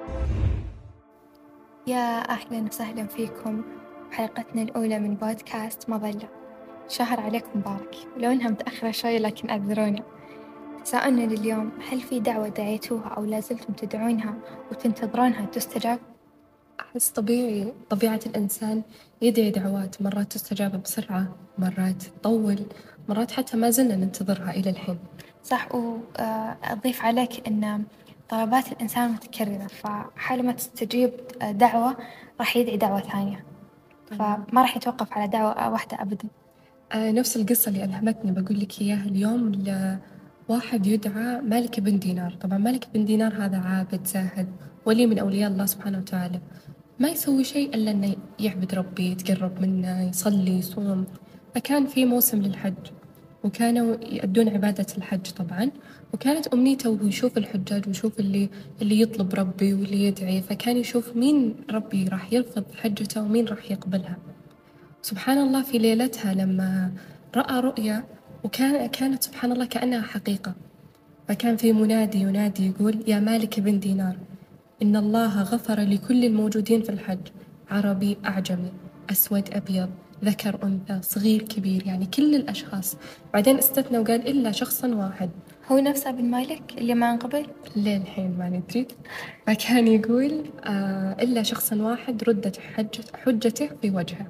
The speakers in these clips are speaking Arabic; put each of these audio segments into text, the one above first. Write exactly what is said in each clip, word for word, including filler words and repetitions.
يا أهلا وسهلا فيكم بحلقتنا الأولى من بودكاست مظلة. شهر عليكم مبارك، ولو إنها متأخرة شوي لكن أعذرونا. تساؤلنا لليوم: هل في دعوة دعيتوها أو لازلتم تدعونها وتنتظرونها تستجاب؟ أحس طبيعي طبيعة الإنسان يدعي دعوات، مرات تستجاب بسرعة، مرات تطول، مرات حتى ما زلنا ننتظرها إلى الحين. صح، وأضيف عليك أن طلبات الإنسان متكررة، فحال ما تستجيب دعوة راح يدعي دعوة ثانية، فما راح يتوقف على دعوة واحدة أبدا. آه نفس القصة اللي ألهمتني بقول لك إياها اليوم، لواحد يدعى مالك بن دينار. طبعا مالك بن دينار هذا عابد زاهد ولي من أولياء الله سبحانه وتعالى، ما يسوي شيء إلا أنه يعبد ربي، يتقرب منه، يصلي، يصوم. فكان في موسم للحج وكانوا يؤدون عبادة الحج طبعا، وكانت أمنيته وهو يشوف الحجاج ويشوف اللي اللي يطلب ربي واللي يدعي، فكان يشوف مين ربي راح يرفض حجته ومين راح يقبلها. سبحان الله في ليلتها لما رأى رؤيا وكان كانت سبحان الله كأنها حقيقة، فكان في منادي ينادي يقول: يا مالك بن دينار، إن الله غفر لكل الموجودين في الحج، عربي أعجمي، أسود أبيض، ذكر أنثى، صغير كبير، يعني كل الأشخاص. بعدين استثنى وقال إلا شخصا واحد. هو نفسه بن مالك اللي ما انقبل؟ للحين ما ندري. فكان يقول آه إلا شخصا واحد ردت حجة حجته في وجهه.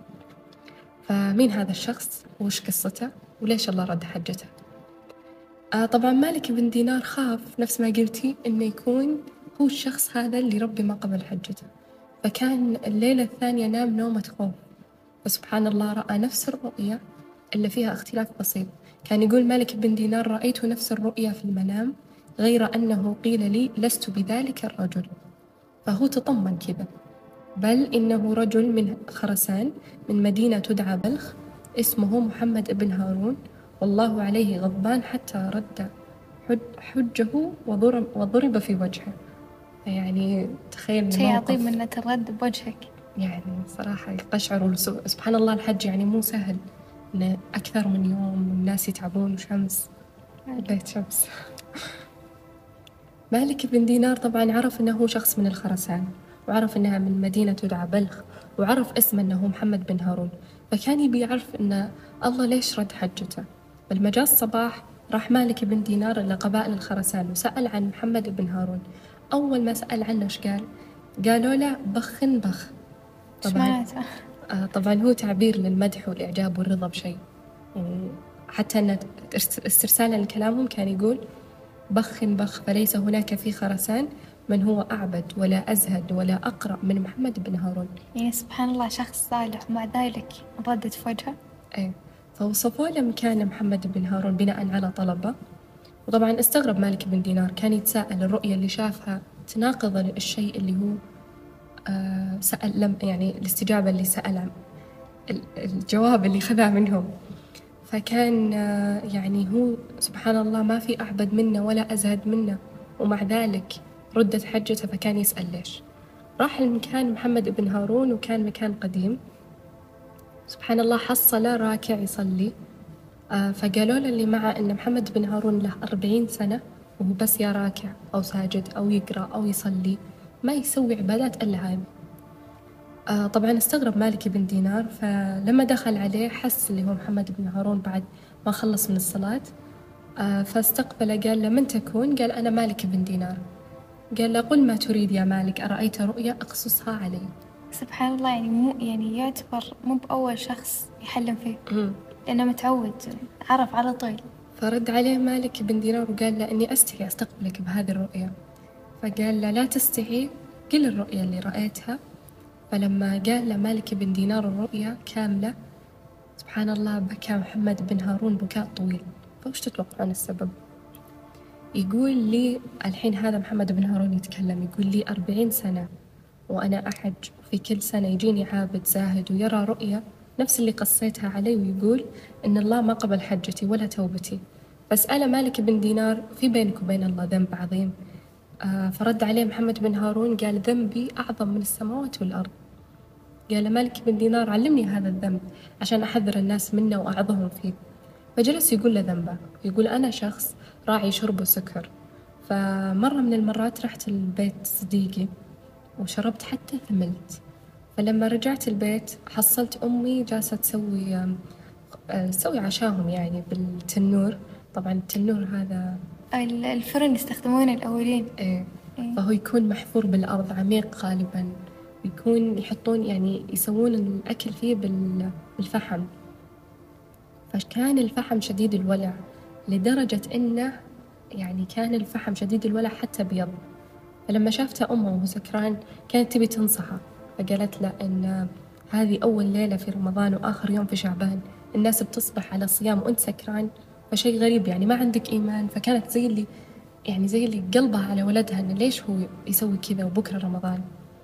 فمين هذا الشخص؟ وش قصته؟ وليش الله رد حجته؟ آه طبعا مالك بن دينار خاف نفس ما قلتي إنه يكون هو الشخص هذا اللي ربي ما قبل حجته، فكان الليلة الثانية نام نومة خوف. فسبحان الله رأى نفس الرؤية اللي فيها اختلاف بسيط. كان يقول مالك بن دينار: رأيت نفس الرؤية في المنام، غير أنه قيل لي لست بذلك الرجل. فهو تطمن كذا، بل إنه رجل من خرسان من مدينة تدعى بلخ، اسمه محمد بن هارون، والله عليه غضبان حتى رد حجه وضرب, وضرب في وجهه. يعني تخيل شيء الموقف، عظيم إنه ترد بوجهك. يعني صراحة يقشعر. سبحان الله الحج يعني مو سهل، إنه أكثر من يوم والناس يتعبون وشمس بيت شمس. مالك بن دينار طبعا عرف أنه هو شخص من الخرسان، وعرف أنها من مدينة تدعى بلخ، وعرف اسمه أنه محمد بن هارون، فكان يبي يعرف أن الله ليش رد حجته. فلما جاء الصباح راح مالك بن دينار إلى قبائل الخرسان وسأل عن محمد بن هارون. أول ما سأل عنه إيش قال؟ قالوا له بخ بخ. طبعا آه طبعا هو تعبير للمدح والإعجاب والرضا بشيء، حتى أن استرسالا لكلامهم كان يقول بخ بخ، فليس هناك في خرسان من هو أعبد ولا أزهد ولا أقرأ من محمد بن هارون. يعني سبحان الله شخص صالح ومع ذلك ردت في وجهه. أي، فوصفوا له مكان محمد بن هارون بناء على طلبه. وطبعا استغرب مالك بن دينار، كان يتساءل الرؤية اللي شافها تناقض الشيء اللي هو آه سأل لم يعني الاستجابة اللي سأل الجواب اللي خذاه منهم. فكان آه يعني هو سبحان الله ما في أعبد منه ولا أزهد منه، ومع ذلك ردت حجته. فكان يسأل ليش. راح المكان محمد بن هارون وكان مكان قديم، سبحان الله حصله راكع يصلي. آه فقالوا له اللي معه أن محمد بن هارون له أربعين سنة وهو بس يا راكع أو ساجد أو يقرأ أو يصلي، ما يسوي عبادات إلا هاي. آه طبعا استغرب مالك بن دينار، فلما دخل عليه حس اللي هو محمد بن هارون بعد ما خلص من الصلاة. آه فاستقبله قال له من تكون؟ قال أنا مالك بن دينار. قال له قل ما تريد يا مالك، أرأيت رؤيا أقصصها علي. سبحان الله، يعني مو يعني يعتبر مو بأول شخص يحلم فيه، لأنه متعود عرف على طول. فرد عليه مالك بن دينار وقال له إني أستحي أستقبلك بهذه الرؤيا. فقال له لا تستحي، قل الرؤيا اللي رأيتها. فلما قال له مالك بن دينار الرؤيا كاملة، سبحان الله بكى محمد بن هارون بكاء طويل. فوش تتوقعون السبب؟ يقول لي الحين هذا محمد بن هارون يتكلم، يقول لي أربعين سنة وأنا أحج، وفي كل سنة يجيني عابد زاهد ويرى رؤيا نفس اللي قصيتها علي، ويقول إن الله ما قبل حجتي ولا توبتي. فسأل مالك بن دينار في بينك وبين الله ذنب عظيم؟ آه فرد عليه محمد بن هارون قال ذنبي أعظم من السماوات والأرض. قال مالك بن دينار علمني هذا الذنب عشان أحذر الناس منه وأعظهم فيه. فجلس يقول له ذنبه، يقول أنا شخص راعي شرب وسكر. فمرة من المرات رحت البيت صديقي وشربت حتى ثملت. فلما رجعت البيت حصلت أمي جالسة تسوي آه، تسوي عشاهم يعني بالتنور. طبعا التنور هذا ال- الفرن يستخدمونه الأولين. إيه إيه. فهو يكون محفور بالأرض عميق غالبا، يكون يحطون يعني يسوون الأكل فيه بال- بالفحم. فكان الفحم شديد الولع لدرجة إنه يعني كان الفحم شديد الولع حتى بيض. فلما شافته أمه وهو سكران كانت تبي تنصحه، فقالت له إن هذه أول ليلة في رمضان وآخر يوم في شعبان، الناس بتصبح على صيام وأنت سكران، فشيء غريب يعني ما عندك إيمان. فكانت زي اللي يعني زي اللي قلبها على ولدها إنه ليش هو يسوي كذا وبكرة رمضان.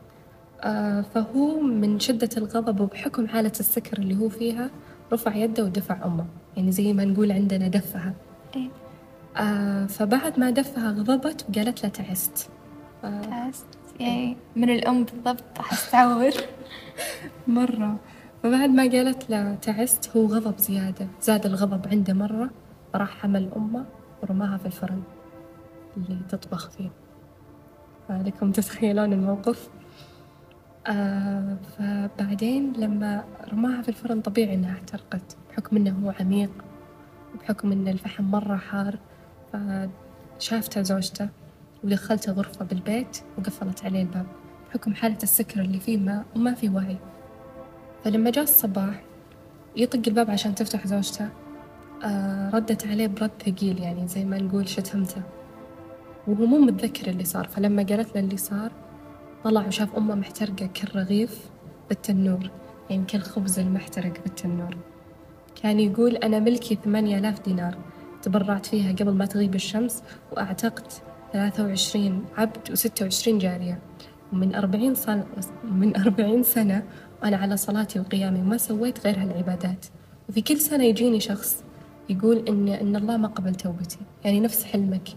آه فهو من شدة الغضب وبحكم حالة السكر اللي هو فيها رفع يده ودفع أمه، يعني زي ما نقول عندنا دفها. إيه. آه فبعد ما دفها غضبت وقالت له تعست. آه تعست يعني من الأم بالضبط، أحس تعور. مرة. فبعد ما قالت له تعست هو غضب زيادة، زاد الغضب عنده مرة، راح حمل أمه ورماها في الفرن اللي تطبخ فيه. فلكم تتخيلون الموقف. آه فبعدين لما رماها في الفرن طبيعي إنها احترقت بحكم إنه هو عميق وبحكم إن الفحم مرة حار. فشافته زوجته ودخلته غرفة بالبيت وقفلت عليه الباب بحكم حالة السكر اللي فيه ما وما في وعي. فلما جاء الصباح يطق الباب عشان تفتح زوجته، آه ردت عليه برد ثقيل يعني زي ما نقول شتمته وهو مو متذكر اللي صار. فلما قالت له اللي صار طلع وشاف أمه محترقة كالرغيف بالتنور، يعني كالخبز المحترق بالتنور. كان يقول أنا ملكي ثمانية آلاف دينار تبرعت فيها قبل ما تغيب الشمس، وأعتقت ثلاثة وعشرين عبد وستة وعشرين جارية، ومن أربعين سنة من أربعين سنة وأنا على صلاتي وقيامي وما سويت غير هالعبادات. وفي كل سنة يجيني شخص يقول إن إن الله ما قبل توبتي، يعني نفس حلمك.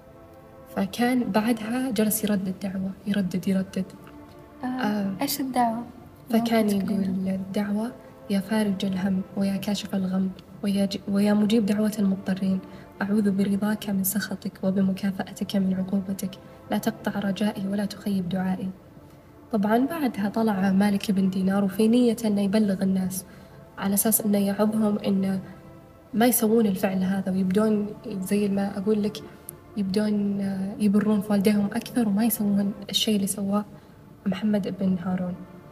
فكان بعدها جلس يردد دعوة يردد يردد آه. آه. إيش الدعوة؟ فكان يقول الدعوة يا فارج الهم ويا كاشف الغم ويا, ج... ويا مجيب دعوة المضطرين، أعوذ برضاك من سخطك وبمكافأتك من عقوبتك، لا تقطع رجائي ولا تخيب دعائي. طبعا بعدها طلع مالك بن دينار وفي نية أنه يبلغ الناس على أساس أنه يعظهم أنه ما يسوون الفعل هذا ويبدون زي ما أقول لك يبدون يبرون في والديهم أكثر وما يسوون الشيء اللي سواه محمد بن هارون.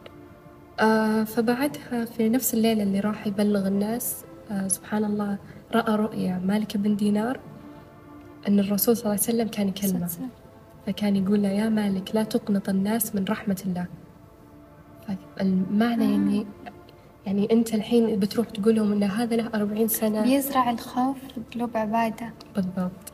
آه فبعدها في نفس الليلة اللي راح يبلغ الناس آه سبحان الله رأى رؤيا مالك بن دينار أن الرسول صلى الله عليه وسلم كان يكلمه، فكان يقول له يا مالك لا تقنط الناس من رحمة الله. فالمعنى آه. يعني يعني أنت الحين بتروح تقول لهم أن هذا له أربعين سنة، بيزرع الخوف في قلوب عباده. بالضبط.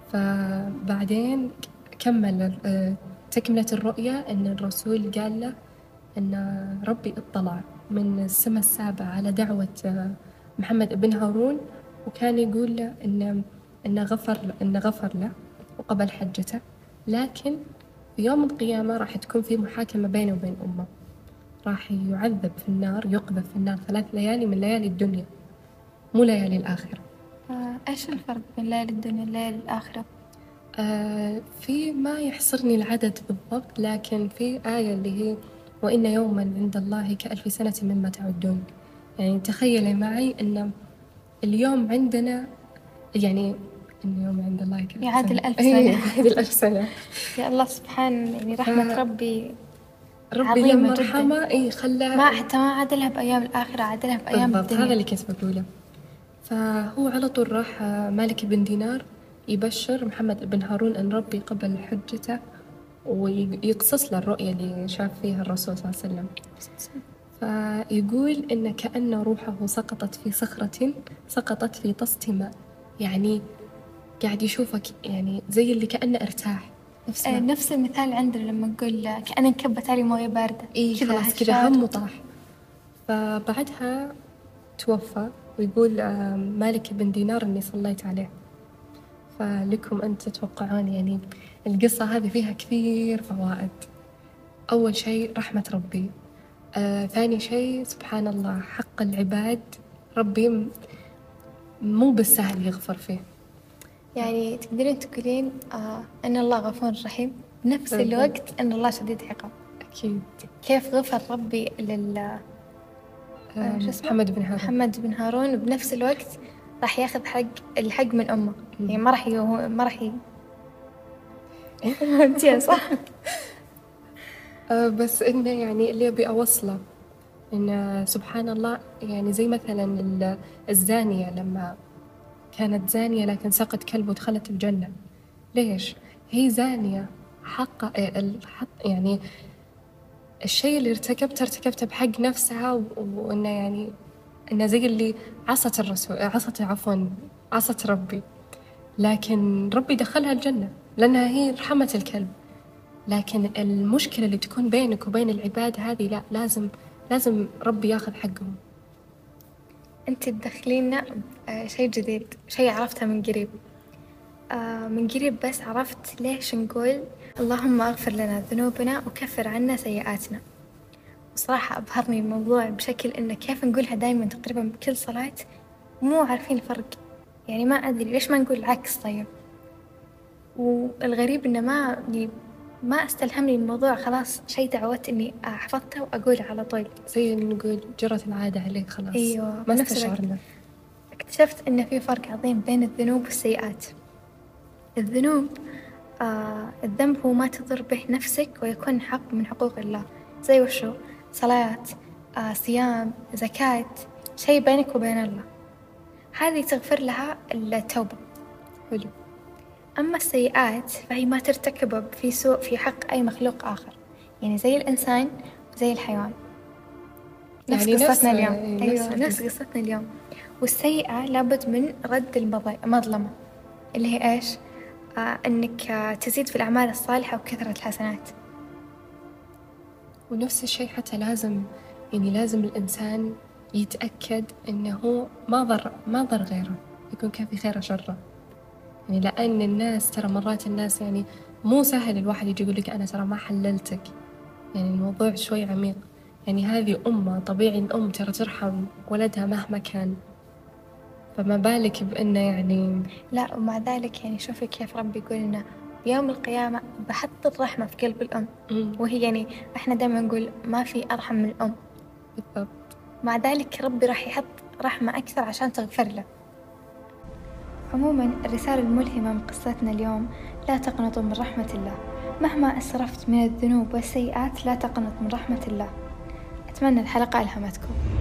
فبعدين كمل تكملة الرؤيا أن الرسول قال له أن ربي اطلع من السماء السابعة على دعوة محمد بن هارون، وكان يقول له إن إن غفر إن غفر له وقبل حجته، لكن في يوم القيامة راح تكون في محاكمة بينه وبين أمه، راح يعذب في النار يقذف في النار ثلاث ليالي من ليالي الدنيا مو ليالي الآخرة. آه، إيش الفرق بين ليالي الدنيا وليالي الآخرة؟ آه في ما يحصرني العدد بالضبط، لكن في آية اللي هي وإن يوما عند الله كألف سنة مما تعدون. يعني تخيلي معي أن اليوم عندنا يعني إن يوم عند الله كألف يعادل سنة. ألف سنة. يعادل ألف سنة. يا الله سبحان يعني رحمة ف... ربي ربي لما رحمه إيه خلى ما حتى ما عادلها بأيام الآخرة، عادلها بأيام بالضبط الدنيا. هذا اللي كنت بقوله. فهو على طول راح مالك بن دينار يبشر محمد بن هارون أن ربي قبل حجته ويقصص له الرؤية اللي شاف فيها الرسول صلى الله عليه وسلم. فيقول إن كأن روحه سقطت في صخرة سقطت في طست ماء، يعني قاعد يشوفك يعني زي اللي كأنه ارتاح. نفس, آه نفس المثال عندنا لما نقول كأن انكبت علي موية باردة. إيه خلاص كذا هم طاح. فبعدها توفى، ويقول آه مالك بن دينار إني صليت عليه. فلكم أن تتوقعون يعني القصة هذه فيها كثير فوائد. أول شيء رحمة ربي، آه، ثاني شيء سبحان الله حق العباد ربي مو بالسهل يغفر فيه. يعني تقدرين تقولين آه أن الله غفور رحيم بنفس الوقت أن الله شديد عقاب. أكيد. كيف غفر ربي لل آه، شو اسمه؟ محمد بن هارون. محمد بن هارون، وبنفس الوقت راح ياخذ حق الحق من أمه. مم. يعني ما راح ي... ما راح ي... فهمتيها صح؟ آه بس إنه يعني اللي أبي أوصله إن سبحان الله، يعني زي مثلا ال- الزانية لما كانت زانية لكن سقت كلب ودخلت الجنة. ليش؟ هي زانية حق الحق، يعني الشيء اللي ارتكبته ارتكبته بحق نفسها، و- وإنه يعني إنه زي اللي عصت الرسول، عصت عفوا عصت ربي، لكن ربي دخلها الجنة لأنها هي رحمت الكلب. لكن المشكلة اللي تكون بينك وبين العباد هذه لا، لازم لازم ربي ياخذ حقهم. أنت تدخلينا آه، شيء جديد، شيء عرفته من قريب. آه، من قريب بس عرفت ليش نقول اللهم اغفر لنا ذنوبنا وكفر عنا سيئاتنا. وصراحة أبهرني الموضوع بشكل إنه كيف نقولها دايما تقريبا بكل صلاة، مو عارفين الفرق. يعني ما أدري ليش ما نقول العكس. طيب، والغريب إنه ما يعني ما استلهمني الموضوع، خلاص شيء تعودت إني حفظته وأقوله على طول. زي نقول جرت العادة عليك خلاص. أيوة، ما بنفس استشعرنا. اكتشفت إنه في فرق عظيم بين الذنوب والسيئات. الذنوب آه الذنب هو ما تضر به نفسك ويكون حق من حقوق الله، زي وشو؟ صلاة، آه صيام، زكاة، شيء بينك وبين الله، هذه تغفر لها التوبة. حلو. أما السيئات فهي ما ترتكب في سوء في حق أي مخلوق آخر، يعني زي الإنسان وزي الحيوان. نفس يعني قصتنا نفس اليوم. أيوة، نفس قصتنا اليوم. والسيئة لابد من رد المظلمة اللي هي إيش؟ آه إنك آه تزيد في الأعمال الصالحة وكثرة الحسنات. ونفس الشيء حتى لازم، يعني لازم الإنسان يتأكد إنه هو ما ضر ما ضر غيره، يكون كان في خيره شره. يعني لأن الناس ترى مرات الناس يعني مو سهل الواحد يجي يقول لك أنا ترى ما حللتك، يعني الموضوع شوي عميق. يعني هذه أمة، طبيعي الأم ترى ترحم ولدها مهما كان، فما بالك بأنه يعني. لا، ومع ذلك يعني شوفي كيف ربي يقول لنا بيوم القيامة بحط الرحمة في قلب الأم. مم. وهي يعني إحنا دائما نقول ما في أرحم من الأم، بالضبط. مع ذلك ربي راح يحط رحمة أكثر عشان تغفر له. عموما الرسالة الملهمة من قصتنا اليوم، لا تقنطوا من رحمة الله، مهما أسرفت من الذنوب والسيئات لا تقنط من رحمة الله. أتمنى الحلقة ألهمتكم.